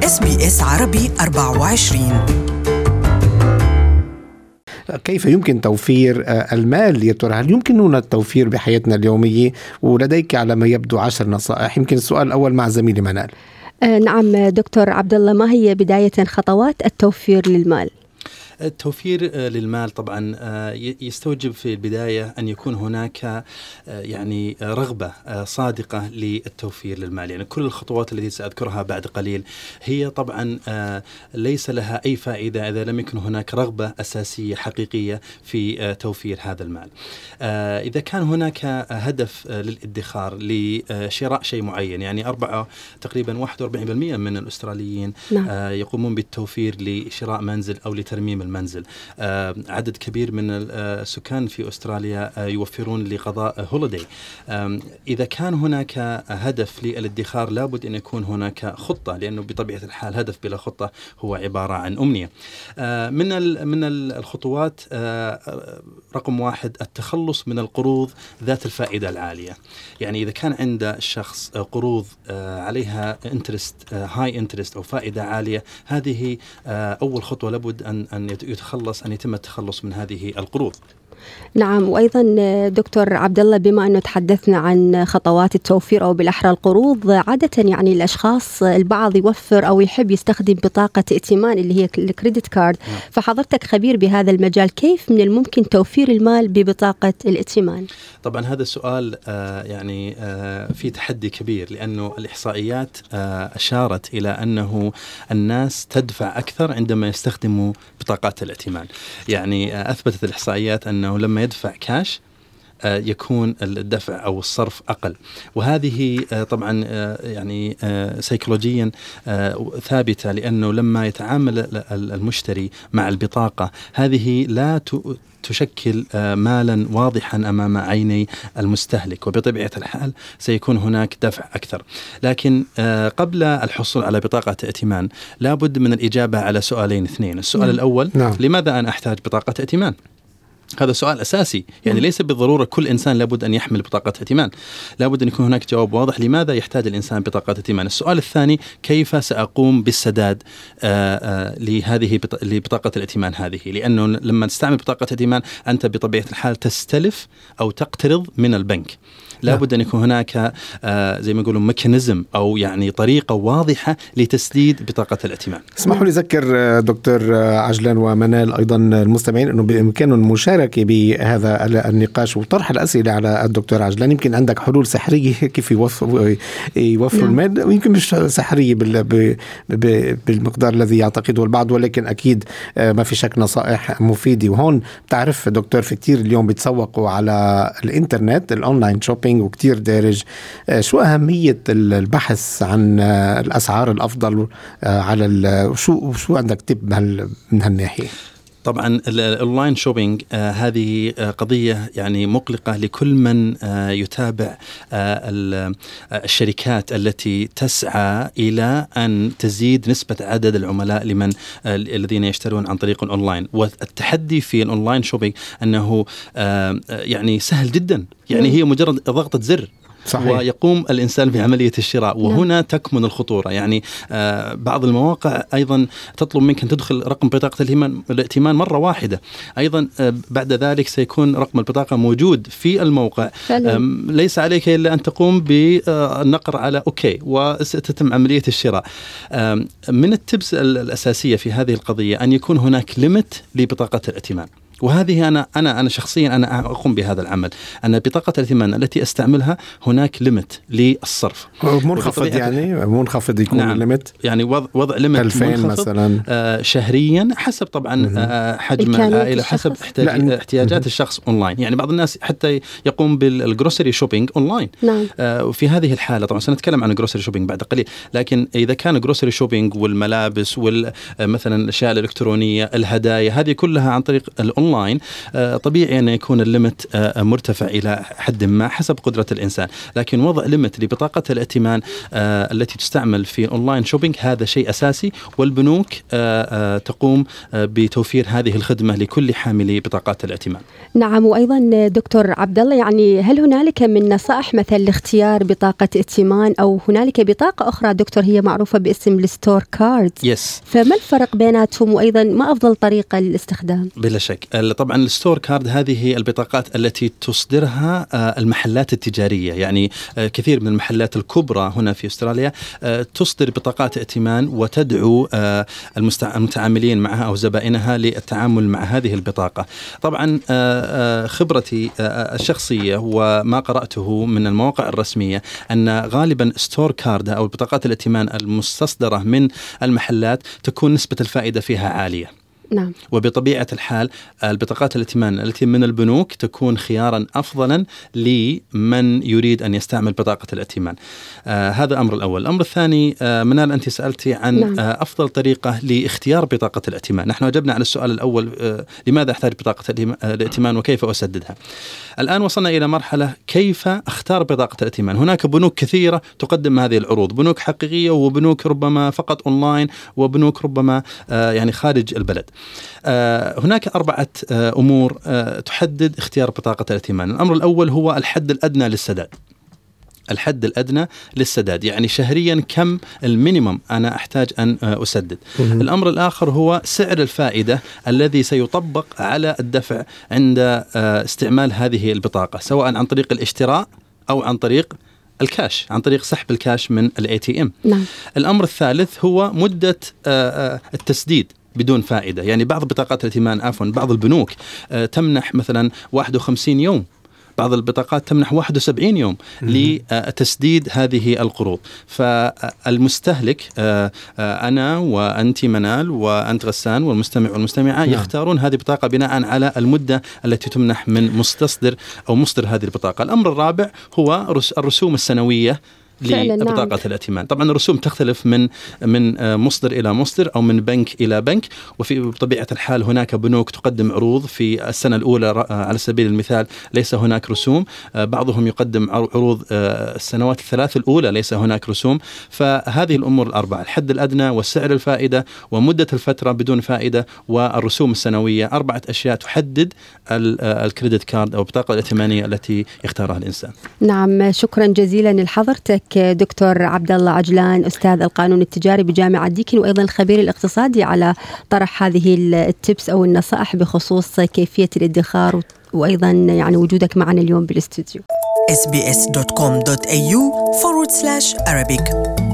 SBS عربي 24. كيف يمكن توفير المال يا ترى؟ هل يمكننا التوفير بحياتنا اليومية؟ ولديك على ما يبدو 10 نصائح. يمكن السؤال الأول مع زميلي منال. نعم دكتور عبد الله، ما هي بداية خطوات التوفير للمال؟ التوفير للمال طبعا يستوجب في البداية أن يكون هناك يعني رغبة صادقة للتوفير للمال. يعني كل الخطوات التي سأذكرها بعد قليل هي طبعا ليس لها أي فائدة إذا لم يكن هناك رغبة أساسية حقيقية في توفير هذا المال. إذا كان هناك هدف للادخار لشراء شيء معين، يعني تقريبا 41% من الأستراليين يقومون بالتوفير لشراء منزل أو لترميم المنزل. عدد كبير من السكان في أستراليا يوفرون لقضاء هوليداي. إذا كان هناك هدف للادخار لابد أن يكون هناك خطة، لأنه بطبيعة الحال هدف بلا خطة هو عبارة عن أمنية. من الخطوات رقم 1 التخلص من القروض ذات الفائدة العالية. يعني إذا كان عند الشخص قروض عليها هاي انترست أو فائدة عالية، هذه أول خطوة لابد أن يتم التخلص من هذه القروض. نعم، وأيضا دكتور عبد الله، بما أنه تحدثنا عن خطوات التوفير أو بالأحرى القروض، عادة يعني الأشخاص البعض يوفر أو يحب يستخدم بطاقة ائتمان اللي هي الكريدت كارد. فحضرتك خبير بهذا المجال، كيف من الممكن توفير المال ببطاقة الائتمان؟ طبعا هذا السؤال يعني في تحدي كبير، لأنه الإحصائيات أشارت إلى أنه الناس تدفع أكثر عندما يستخدموا بطاقات الائتمان. يعني أثبتت الإحصائيات أنه لما يدفع كاش يكون الدفع أو الصرف أقل، وهذه طبعا يعني سيكولوجيا ثابتة، لأنه لما يتعامل المشتري مع البطاقة هذه لا تشكل مالا واضحا أمام عيني المستهلك، وبطبيعة الحال سيكون هناك دفع أكثر. لكن قبل الحصول على بطاقة ائتمان لابد من الإجابة على سؤالين اثنين. السؤال الأول، لماذا أنا أحتاج بطاقة ائتمان؟ هذا سؤال أساسي، يعني ليس بالضرورة كل إنسان لابد أن يحمل بطاقة ائتمان، لابد أن يكون هناك جواب واضح لماذا يحتاج الإنسان بطاقة ائتمان. السؤال الثاني، كيف سأقوم بالسداد لبطاقة الائتمان هذه؟ لأنه لما تستعمل بطاقة ائتمان أنت بطبيعة الحال تستلف أو تقترض من البنك، لابد أن يكون هناك زي ما يقولون ميكانيزم أو يعني طريقة واضحة لتسديد بطاقة الائتمان. اسمحوا لي أذكر دكتور عجلان ومنال أيضا المستمعين أنه بإمكانهم المشاركة بهذا النقاش وطرح الأسئلة على الدكتور عجلان. يمكن عندك حلول سحرية كيف يوفروا المال، ويمكن مش سحرية بالمقدار الذي يعتقده البعض، ولكن أكيد ما في شك نصائح مفيدة. وهون تعرف دكتور، في كتير اليوم بيتسوقوا على الإنترنت الأونلاين شوبينج وكتير دارج. شو أهمية البحث عن الأسعار الأفضل على شو عندك تب من هالناحية؟ طبعا الأونلاين شوبينج هذه قضية يعني مقلقة لكل من يتابع الشركات التي تسعى إلى أن تزيد نسبة عدد العملاء لمن الذين يشترون عن طريق الأونلاين. والتحدي في الأونلاين شوبينج أنه يعني سهل جدا، يعني هي مجرد ضغطة زر صحيح. ويقوم الإنسان بعملية الشراء، وهنا تكمن الخطورة. يعني بعض المواقع أيضا تطلب منك أن تدخل رقم بطاقة الائتمان مرة واحدة، أيضا بعد ذلك سيكون رقم البطاقة موجود في الموقع. ليس عليك إلا أن تقوم بالنقر على أوكي وستتم عملية الشراء. من التبس الأساسية في هذه القضية أن يكون هناك ليميت لبطاقة الائتمان، وهذه أنا شخصيا أنا أقوم بهذا العمل. أن بطاقة الائتمان التي أستعملها هناك ليميت للصرف منخفض، يعني منخفض يكون الليميت، يعني وضع ليميت 2000 مثلا شهريا، حسب طبعا حجم العائلة، حسب احتياجات الشخص أونلاين. يعني بعض الناس حتى يقوم بالجروسري شوبينج أونلاين. وفي هذه الحالة طبعا سنتكلم عن الجروسري شوبينج بعد قليل، لكن إذا كان جروسري شوبينج والملابس مثلا الأشياء الإلكترونية الهدايا هذه كلها عن طريق الأونلاين أونلاين طبيعي أن يكون الليمت مرتفع إلى حد ما حسب قدرة الإنسان، لكن وضع ليمت لبطاقة الائتمان التي تستعمل في أونلاين شوبينج هذا شيء أساسي، والبنوك تقوم بتوفير هذه الخدمة لكل حاملي بطاقات الائتمان. نعم. وأيضا دكتور عبد الله، يعني هل هنالك من نصائح مثل لاختيار بطاقة ائتمان، أو هنالك بطاقة أخرى دكتور هي معروفة باسم الستور كارد؟ فما الفرق بيناتهم، وأيضا ما أفضل طريقة للاستخدام؟ بلا شك طبعا الستور كارد هذه هي البطاقات التي تصدرها المحلات التجارية، يعني كثير من المحلات الكبرى هنا في أستراليا تصدر بطاقات ائتمان وتدعو المتعاملين معها أو زبائنها للتعامل مع هذه البطاقة. طبعا خبرتي الشخصية وما قرأته من المواقع الرسمية أن غالبا ستور كارد أو بطاقات الائتمان المستصدرة من المحلات تكون نسبة الفائدة فيها عالية. نعم. وبطبيعة الحال البطاقات الائتمان التي من البنوك تكون خيارا أفضلا لمن يريد أن يستعمل بطاقة الائتمان. هذا الأمر الأول. الأمر الثاني، منال أنت سألتي عن نعم. أفضل طريقة لاختيار بطاقة الائتمان. نحن أجبنا على السؤال الأول، لماذا أحتاج بطاقة الائتمان وكيف أسددها. الآن وصلنا إلى مرحلة كيف أختار بطاقة الائتمان. هناك بنوك كثيرة تقدم هذه العروض، بنوك حقيقية وبنوك ربما فقط أونلاين وبنوك ربما يعني خارج البلد. هناك 4 أمور تحدد اختيار بطاقة الائتمان. الأمر الأول هو الحد الأدنى للسداد. الحد الأدنى للسداد يعني شهريا كم المينيمم أنا أحتاج أن أسدد. الأمر الآخر هو سعر الفائدة الذي سيطبق على الدفع عند استعمال هذه البطاقة، سواء عن طريق الاشتراء أو عن طريق الكاش، عن طريق سحب الكاش من الATM. نعم. الأمر الثالث هو مدة التسديد بدون فائدة، يعني بعض بطاقات الائتمان بعض البنوك تمنح مثلا 51 يوم، بعض البطاقات تمنح 71 يوم لتسديد هذه القروض. فالمستهلك أنا وأنت منال وأنت غسان والمستمع والمستمعة يختارون هذه البطاقة بناء على المدة التي تمنح من مستصدر أو مصدر هذه البطاقة. الأمر الرابع هو الرسوم السنوية لبطاقة الائتمان. طبعا الرسوم تختلف من مصدر إلى مصدر أو من بنك إلى بنك، وفي بطبيعة الحال هناك بنوك تقدم عروض في السنة الأولى على سبيل المثال ليس هناك رسوم، بعضهم يقدم عروض السنوات ال3 الأولى ليس هناك رسوم. فهذه الأمور ال4، الحد الأدنى والسعر الفائدة ومدة الفترة بدون فائدة والرسوم السنوية، 4 أشياء تحدد الكريدت كارد أو البطاقة الائتمانية التي يختارها الإنسان. نعم، شكرا جزيلا لحضرتك دكتور عبد الله عجلان، أستاذ القانون التجاري بجامعة ديكن، وأيضا الخبير الاقتصادي، على طرح هذه التبس أو النصائح بخصوص كيفية الادخار، وأيضا يعني وجودك معنا اليوم بالاستوديو. sbs.com.au/Arabic